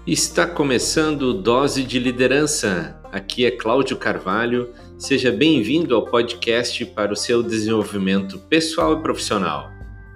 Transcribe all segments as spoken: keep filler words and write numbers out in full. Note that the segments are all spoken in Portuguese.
Está começando Dose de Liderança. Aqui é Cláudio Carvalho. Seja bem-vindo ao podcast para o seu desenvolvimento pessoal e profissional.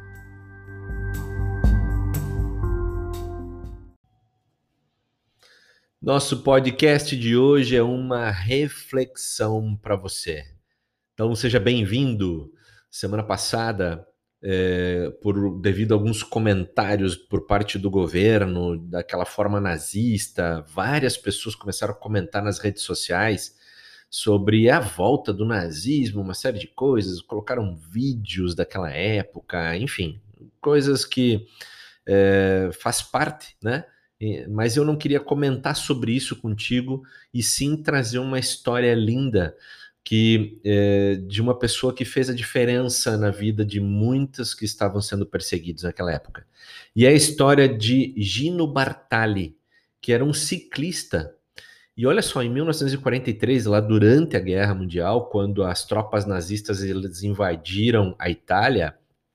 Nosso podcast de hoje é uma reflexão para você. Então seja bem-vindo. Semana passada, é, por, devido a alguns comentários por parte do governo, daquela forma nazista, várias pessoas começaram a comentar nas redes sociais sobre a volta do nazismo, uma série de coisas, colocaram vídeos daquela época, enfim, coisas que é, faz parte, né? Mas eu não queria comentar sobre isso contigo, e sim trazer uma história linda que é, de uma pessoa que fez a diferença na vida de muitos que estavam sendo perseguidos naquela época. E é a história de Gino Bartali, que era um ciclista. E olha só, em mil novecentos e quarenta e três, lá durante a Guerra Mundial, quando as tropas nazistas eles invadiram a Itália,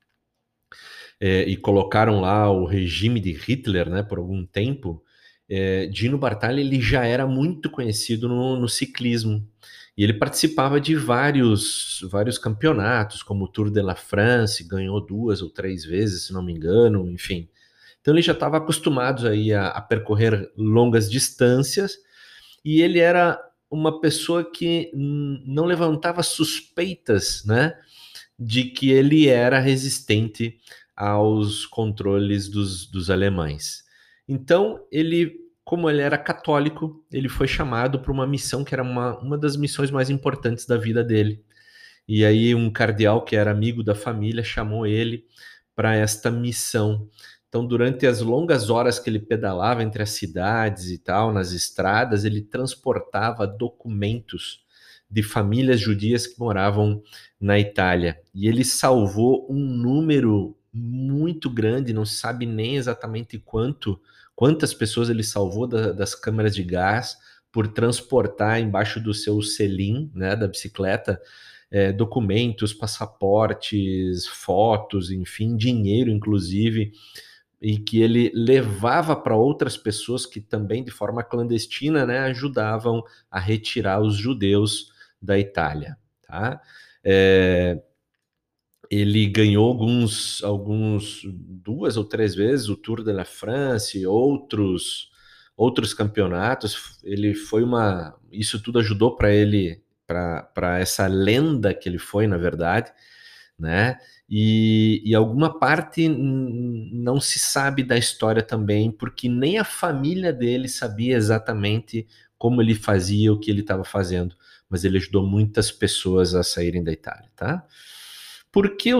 é, e colocaram lá o regime de Hitler, né, por algum tempo, é, Gino Bartali ele já era muito conhecido no, no ciclismo. E ele participava de vários, vários campeonatos, como o Tour de la France, ganhou duas ou três vezes, se não me engano, enfim. Então ele já estava acostumado aí a, a percorrer longas distâncias, e ele era uma pessoa que hum, não levantava suspeitas, né, de que ele era resistente aos controles dos, dos alemães. Então, ele, como ele era católico, ele foi chamado para uma missão que era uma, uma das missões mais importantes da vida dele. E aí um cardeal que era amigo da família chamou ele para esta missão. Então, durante as longas horas que ele pedalava entre as cidades e tal, nas estradas, ele transportava documentos de famílias judias que moravam na Itália. E ele salvou um número muito grande, não se sabe nem exatamente quanto, quantas pessoas ele salvou da, das câmaras de gás por transportar embaixo do seu selim, né, da bicicleta, é, documentos, passaportes, fotos, enfim, dinheiro, inclusive, e que ele levava para outras pessoas que também, de forma clandestina, né, ajudavam a retirar os judeus da Itália, tá? É, ele ganhou alguns, alguns, duas ou três vezes o Tour de la France, outros, outros campeonatos. Ele foi uma, isso tudo ajudou para ele, para essa lenda que ele foi, na verdade, né? E, e alguma parte não se sabe da história também, porque nem a família dele sabia exatamente como ele fazia, o que ele estava fazendo, mas ele ajudou muitas pessoas a saírem da Itália, tá? Por que eu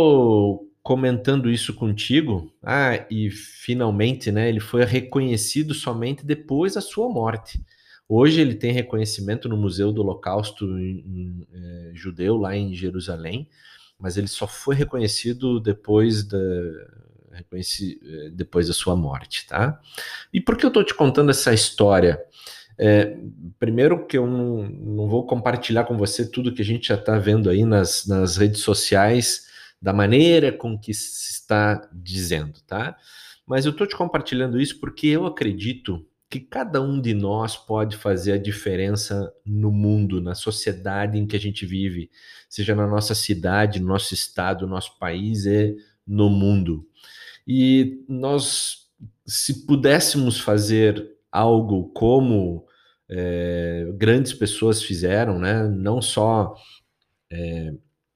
tô comentando isso contigo? Ah, e finalmente, né, ele foi reconhecido somente depois da sua morte. Hoje ele tem reconhecimento no Museu do Holocausto em, em, eh, Judeu, lá em Jerusalém, mas ele só foi reconhecido depois da, reconheci, eh, depois da sua morte, tá? E por que eu tô te contando essa história? É, primeiro que eu não, não vou compartilhar com você tudo que a gente já está vendo aí nas, nas redes sociais, da maneira com que se está dizendo, tá? Mas eu estou te compartilhando isso porque eu acredito que cada um de nós pode fazer a diferença no mundo, na sociedade em que a gente vive, seja na nossa cidade, no nosso estado, no nosso país e no mundo. E nós, se pudéssemos fazer algo como é, grandes pessoas fizeram, né? Não só é,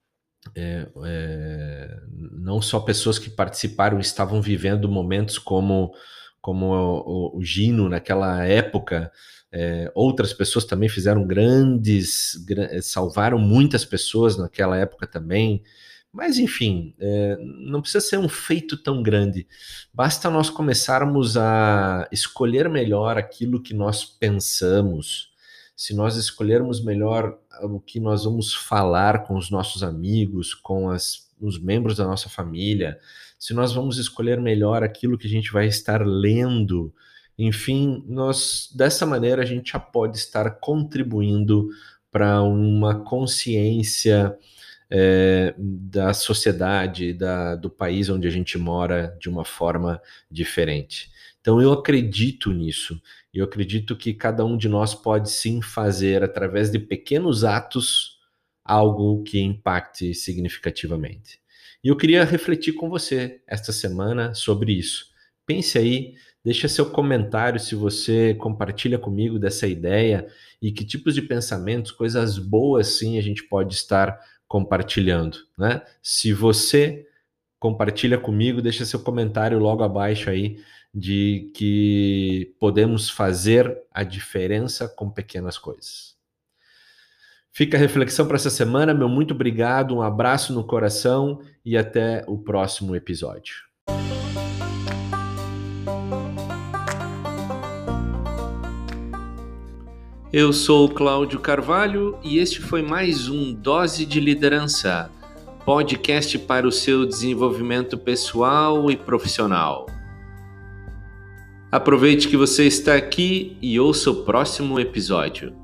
é, é, não só pessoas que participaram estavam vivendo momentos como como o, o Gino naquela época. É, outras pessoas também fizeram grandes, gra- salvaram muitas pessoas naquela época também. Mas, enfim, é, não precisa ser um feito tão grande. Basta nós começarmos a escolher melhor aquilo que nós pensamos. Se nós escolhermos melhor o que nós vamos falar com os nossos amigos, com as, os membros da nossa família, se nós vamos escolher melhor aquilo que a gente vai estar lendo, enfim, nós dessa maneira a gente já pode estar contribuindo para uma consciência é, da sociedade, da, do país onde a gente mora de uma forma diferente. Então eu acredito nisso. Eu acredito que cada um de nós pode sim fazer, através de pequenos atos, algo que impacte significativamente. E eu queria refletir com você esta semana sobre isso. Pense aí, deixa seu comentário se você compartilha comigo dessa ideia e que tipos de pensamentos, coisas boas sim a gente pode estar compartilhando, né? Se você compartilha comigo, deixa seu comentário logo abaixo aí de que podemos fazer a diferença com pequenas coisas. Fica a reflexão para essa semana, meu muito obrigado, um abraço no coração e até o próximo episódio. Eu sou o Cláudio Carvalho e este foi mais um Dose de Liderança, podcast para o seu desenvolvimento pessoal e profissional. Aproveite que você está aqui e ouça o próximo episódio.